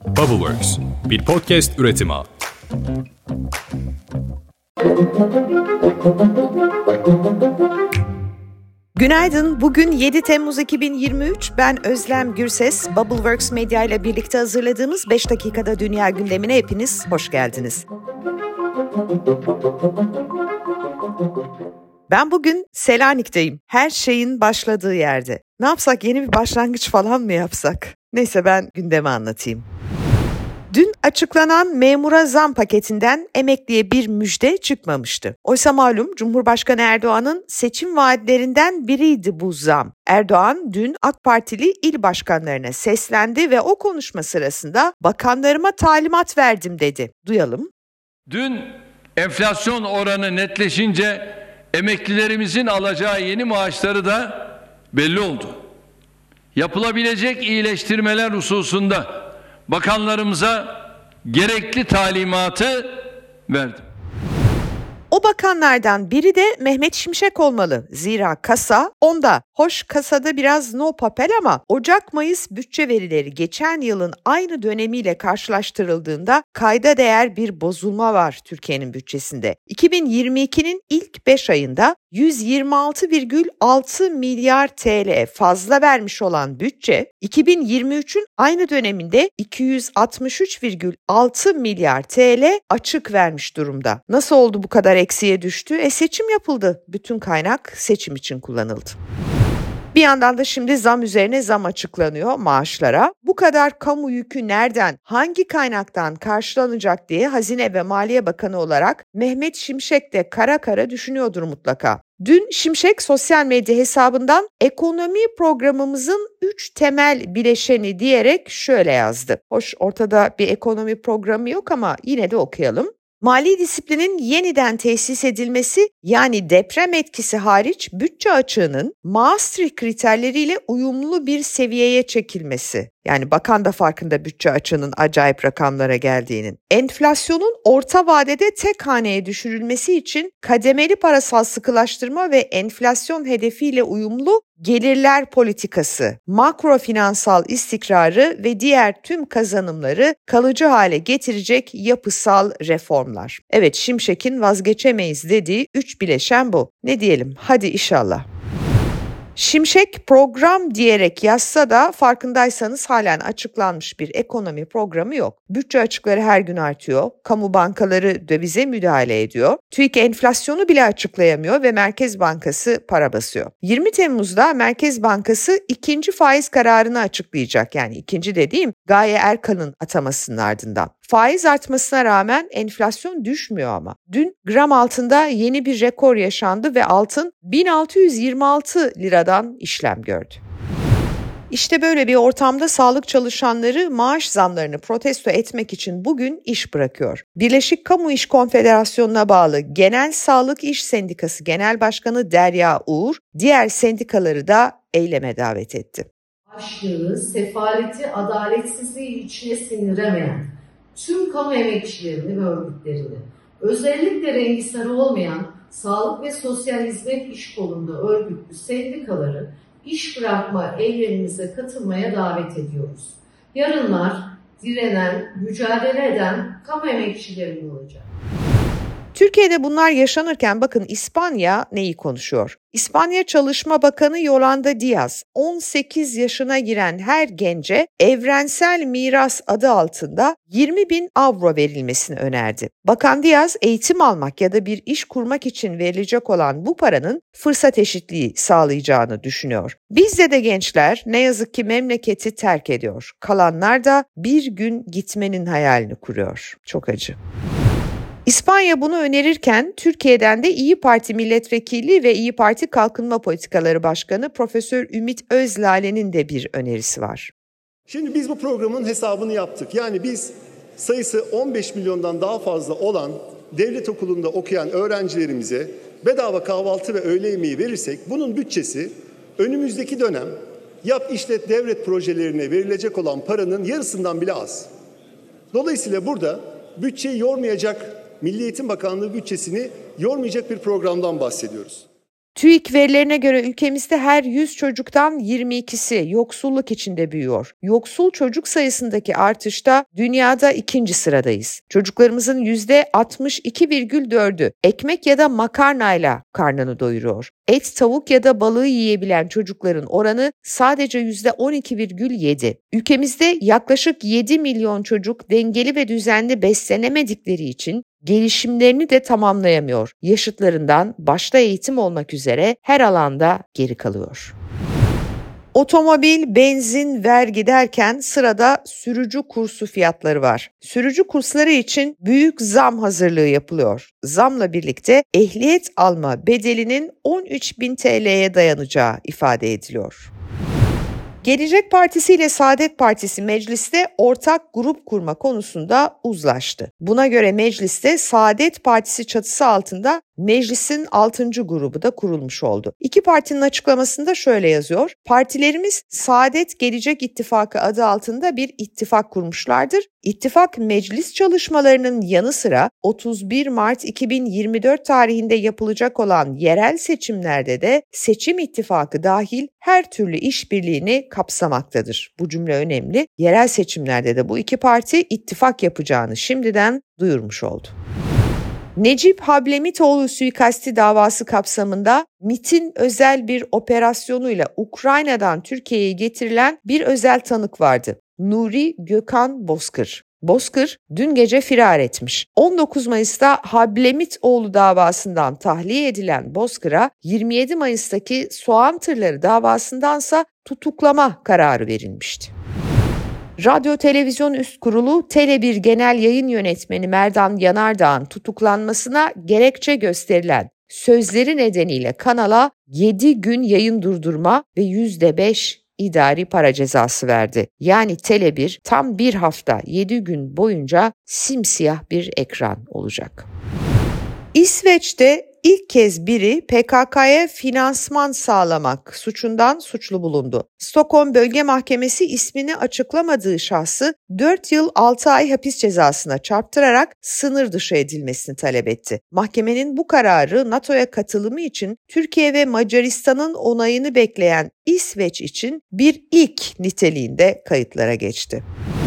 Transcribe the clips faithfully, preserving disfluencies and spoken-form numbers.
Bubbleworks, bir podcast üretimi. Günaydın. Bugün yedi Temmuz iki bin yirmi üç. Ben Özlem Gürses. Bubbleworks Medya ile birlikte hazırladığımız beş dakikada dünya gündemine hepiniz hoş geldiniz. Ben bugün Selanik'teyim. Her şeyin başladığı yerde. Ne yapsak, yeni bir başlangıç falan mı yapsak? Neyse, ben gündemi anlatayım. Dün açıklanan memura zam paketinden emekliye bir müjde çıkmamıştı. Oysa malum Cumhurbaşkanı Erdoğan'ın seçim vaatlerinden biriydi bu zam. Erdoğan dün AK Partili il başkanlarına seslendi ve o konuşma sırasında bakanlarıma talimat verdim dedi. Duyalım. Dün enflasyon oranı netleşince emeklilerimizin alacağı yeni maaşları da belli oldu. Yapılabilecek iyileştirmeler hususunda bakanlarımıza gerekli talimatı verdim. O bakanlardan biri de Mehmet Şimşek olmalı. Zira kasa onda. Hoş, kasada biraz no papel ama Ocak-Mayıs bütçe verileri geçen yılın aynı dönemiyle karşılaştırıldığında kayda değer bir bozulma var Türkiye'nin bütçesinde. iki bin yirmi ikinin ilk beş ayında yüz yirmi altı virgül altı milyar T L fazla vermiş olan bütçe, iki bin yirmi üçün aynı döneminde iki yüz altmış üç virgül altı milyar T L açık vermiş durumda. Nasıl oldu bu kadar eksiye düştü? E seçim yapıldı. Bütün kaynak seçim için kullanıldı. Bir yandan da şimdi zam üzerine zam açıklanıyor maaşlara. Bu kadar kamu yükü nereden, hangi kaynaktan karşılanacak diye Hazine ve Maliye Bakanı olarak Mehmet Şimşek de kara kara düşünüyordur mutlaka. Dün Şimşek sosyal medya hesabından ekonomi programımızın üç temel bileşeni diyerek şöyle yazdı. Hoş, ortada bir ekonomi programı yok ama yine de okuyalım. Mali disiplinin yeniden tesis edilmesi, yani deprem etkisi hariç bütçe açığının Maastricht kriterleriyle uyumlu bir seviyeye çekilmesi. Yani bakan da farkında bütçe açığının acayip rakamlara geldiğinin. Enflasyonun orta vadede tek haneye düşürülmesi için kademeli parasal sıkılaştırma ve enflasyon hedefiyle uyumlu gelirler politikası, makro finansal istikrarı ve diğer tüm kazanımları kalıcı hale getirecek yapısal reformlar. Evet, Şimşek'in vazgeçemeyiz dediği üç bileşen bu. Ne diyelim? Hadi inşallah. Şimşek program diyerek yazsa da farkındaysanız halen açıklanmış bir ekonomi programı yok. Bütçe açıkları her gün artıyor, kamu bankaları dövize müdahale ediyor, TÜİK enflasyonu bile açıklayamıyor ve Merkez Bankası para basıyor. yirmi Temmuz'da Merkez Bankası ikinci faiz kararını açıklayacak. Yani ikinci dediğim Gaye Erkan'ın atamasının ardından. Faiz artmasına rağmen enflasyon düşmüyor ama. Dün gram altında yeni bir rekor yaşandı ve altın bin altı yüz yirmi altı liradan işlem gördü. İşte böyle bir ortamda sağlık çalışanları maaş zamlarını protesto etmek için bugün iş bırakıyor. Birleşik Kamu İş Konfederasyonu'na bağlı Genel Sağlık İş Sendikası Genel Başkanı Derya Uğur, diğer sendikaları da eyleme davet etti. Açlığı, sefaleti, adaletsizliği içine sindiremeyen tüm kamu emekçilerini ve örgütlerini, özellikle rengi sarı olmayan sağlık ve sosyal hizmet iş kolunda örgütlü sendikaları iş bırakma eylemimize katılmaya davet ediyoruz. Yarınlar direnen, mücadele eden kamu emekçilerinin olacak. Türkiye'de bunlar yaşanırken bakın İspanya neyi konuşuyor? İspanya Çalışma Bakanı Yolanda Diaz, on sekiz yaşına giren her gence evrensel miras adı altında yirmi bin avro verilmesini önerdi. Bakan Diaz, eğitim almak ya da bir iş kurmak için verilecek olan bu paranın fırsat eşitliği sağlayacağını düşünüyor. Bizde de gençler ne yazık ki memleketi terk ediyor. Kalanlar da bir gün gitmenin hayalini kuruyor. Çok acı. İspanya bunu önerirken Türkiye'den de İyi Parti Milletvekili ve İyi Parti Kalkınma Politikaları Başkanı Profesör Ümit Özlale'nin de bir önerisi var. Şimdi biz bu programın hesabını yaptık. Yani biz sayısı on beş milyondan daha fazla olan devlet okulunda okuyan öğrencilerimize bedava kahvaltı ve öğle yemeği verirsek bunun bütçesi önümüzdeki dönem yap işlet devlet projelerine verilecek olan paranın yarısından bile az. Dolayısıyla burada bütçeyi yormayacak, Milli Eğitim Bakanlığı bütçesini yormayacak bir programdan bahsediyoruz. TÜİK verilerine göre ülkemizde her yüz çocuktan yirmi ikisi yoksulluk içinde büyüyor. Yoksul çocuk sayısındaki artışta dünyada ikinci sıradayız. Çocuklarımızın yüzde altmış iki virgül dördü ekmek ya da makarnayla karnını doyuruyor. Et, tavuk ya da balığı yiyebilen çocukların oranı sadece yüzde on iki virgül yedi. Ülkemizde yaklaşık yedi milyon çocuk dengeli ve düzenli beslenemedikleri için gelişimlerini de tamamlayamıyor. Yaşıtlarından başta eğitim olmak üzere her alanda geri kalıyor. Otomobil, benzin, vergi derken sırada sürücü kursu fiyatları var. Sürücü kursları için büyük zam hazırlığı yapılıyor. Zamla birlikte ehliyet alma bedelinin on üç bin T L'ye dayanacağı ifade ediliyor. Gelecek Partisi ile Saadet Partisi mecliste ortak grup kurma konusunda uzlaştı. Buna göre mecliste Saadet Partisi çatısı altında meclisin altıncı grubu da kurulmuş oldu. İki partinin açıklamasında şöyle yazıyor: partilerimiz Saadet Gelecek İttifakı adı altında bir ittifak kurmuşlardır. İttifak meclis çalışmalarının yanı sıra otuz bir Mart iki bin yirmi dört tarihinde yapılacak olan yerel seçimlerde de seçim ittifakı dahil her türlü işbirliğini kapsamaktadır. Bu cümle önemli. Yerel seçimlerde de bu iki parti ittifak yapacağını şimdiden duyurmuş oldu. Necip Hablemitoğlu suikasti davası kapsamında MİT'in özel bir operasyonuyla Ukrayna'dan Türkiye'ye getirilen bir özel tanık vardı. Nuri Gökhan Bozkır. Bozkır dün gece firar etmiş. on dokuz Mayıs'ta Hablemitoğlu davasından tahliye edilen Bozkır'a yirmi yedi Mayıs'taki soğan tırları davasındansa tutuklama kararı verilmişti. Radyo Televizyon Üst Kurulu Tele bir Genel Yayın Yönetmeni Merdan Yanardağ'ın tutuklanmasına gerekçe gösterilen sözleri nedeniyle kanala yedi gün yayın durdurma ve yüzde beş idari para cezası verdi. Yani Tele bir tam bir hafta yedi gün boyunca simsiyah bir ekran olacak. İsveç'te ilk kez biri P K K'ya finansman sağlamak suçundan suçlu bulundu. Stockholm Bölge Mahkemesi ismini açıklamadığı şahsı dört yıl altı ay hapis cezasına çarptırarak sınır dışı edilmesini talep etti. Mahkemenin bu kararı NATO'ya katılımı için Türkiye ve Macaristan'ın onayını bekleyen İsveç için bir ilk niteliğinde kayıtlara geçti.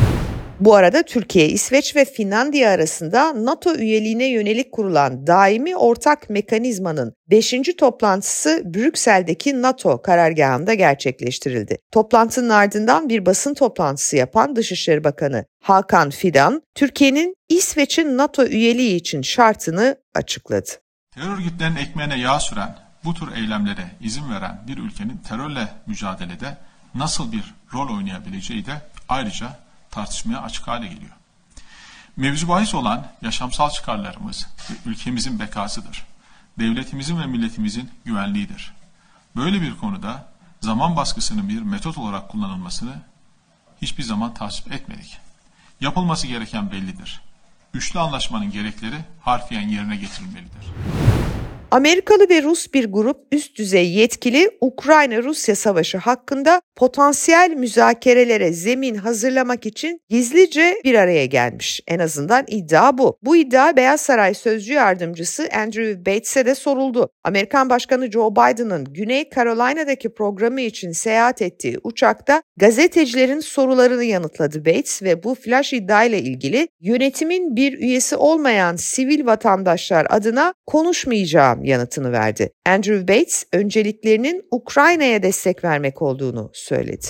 Bu arada Türkiye, İsveç ve Finlandiya arasında NATO üyeliğine yönelik kurulan daimi ortak mekanizmanın beşinci toplantısı Brüksel'deki NATO karargahında gerçekleştirildi. Toplantının ardından bir basın toplantısı yapan Dışişleri Bakanı Hakan Fidan, Türkiye'nin İsveç'in NATO üyeliği için şartını açıkladı. Terör örgütlerinin ekmeğine yağ süren, bu tür eylemlere izin veren bir ülkenin terörle mücadelede nasıl bir rol oynayabileceği de ayrıca tartışmaya açık hale geliyor. Mevzu bahis olan yaşamsal çıkarlarımız ve ülkemizin bekasıdır. Devletimizin ve milletimizin güvenliğidir. Böyle bir konuda zaman baskısının bir metot olarak kullanılmasını hiçbir zaman tasvip etmedik. Yapılması gereken bellidir. Üçlü anlaşmanın gerekleri harfiyen yerine getirilmelidir. Amerikalı ve Rus bir grup üst düzey yetkili Ukrayna-Rusya savaşı hakkında potansiyel müzakerelere zemin hazırlamak için gizlice bir araya gelmiş. En azından iddia bu. Bu iddia Beyaz Saray Sözcü Yardımcısı Andrew Bates'e de soruldu. Amerikan Başkanı Joe Biden'ın Güney Carolina'daki programı için seyahat ettiği uçakta gazetecilerin sorularını yanıtladı Bates ve bu flash iddiayla ilgili yönetimin bir üyesi olmayan sivil vatandaşlar adına konuşmayacağım yanıtını verdi. Andrew Bates önceliklerinin Ukrayna'ya destek vermek olduğunu söyledi.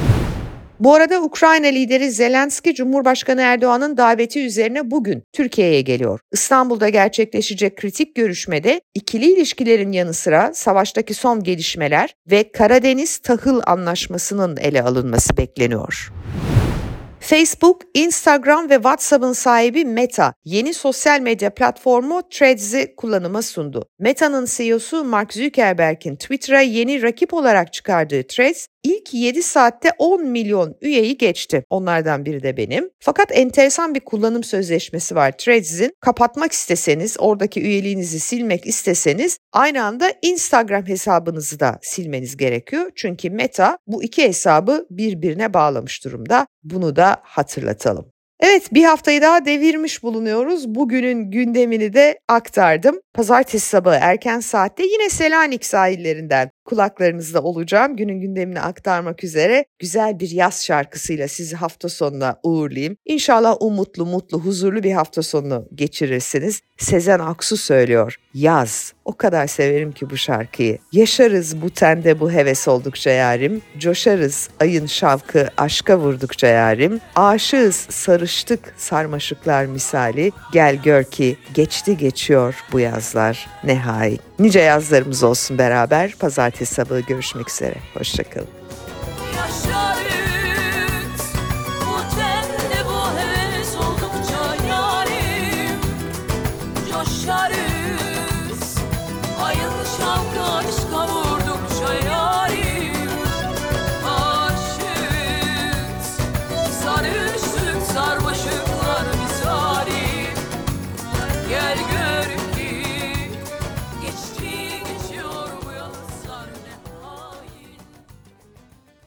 Bu arada Ukrayna lideri Zelenski, Cumhurbaşkanı Erdoğan'ın daveti üzerine bugün Türkiye'ye geliyor. İstanbul'da gerçekleşecek kritik görüşmede ikili ilişkilerin yanı sıra savaştaki son gelişmeler ve Karadeniz Tahıl Anlaşması'nın ele alınması bekleniyor. Facebook, Instagram ve WhatsApp'ın sahibi Meta, yeni sosyal medya platformu Threads'i kullanıma sundu. Meta'nın C E O'su Mark Zuckerberg'in Twitter'a yeni rakip olarak çıkardığı Threads, ilk yedi saatte on milyon üyeyi geçti. Onlardan biri de benim. Fakat enteresan bir kullanım sözleşmesi var Threads'in. Kapatmak isteseniz, oradaki üyeliğinizi silmek isteseniz aynı anda Instagram hesabınızı da silmeniz gerekiyor. Çünkü Meta bu iki hesabı birbirine bağlamış durumda. Bunu da hatırlatalım. Evet, bir haftayı daha devirmiş bulunuyoruz. Bugünün gündemini de aktardım. Pazartesi sabahı erken saatte yine Selanik sahillerinden kulaklarınızda olacağım. Günün gündemini aktarmak üzere güzel bir yaz şarkısıyla sizi hafta sonuna uğurlayayım. İnşallah umutlu, mutlu, huzurlu bir hafta sonunu geçirirsiniz. Sezen Aksu söylüyor. Yaz. O kadar severim ki bu şarkıyı. Yaşarız bu tende bu heves oldukça yarim. Coşarız ayın şavkı aşka vurdukça yarim. Aşığız sarıştık sarmaşıklar misali. Gel gör ki geçti geçiyor bu yazlar ne hain. Nice yazlarımız olsun beraber. Pazartesi sabahı görüşmek üzere. Hoşçakalın.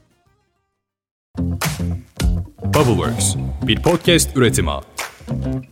Bubbleworks, bir podcast üretimi.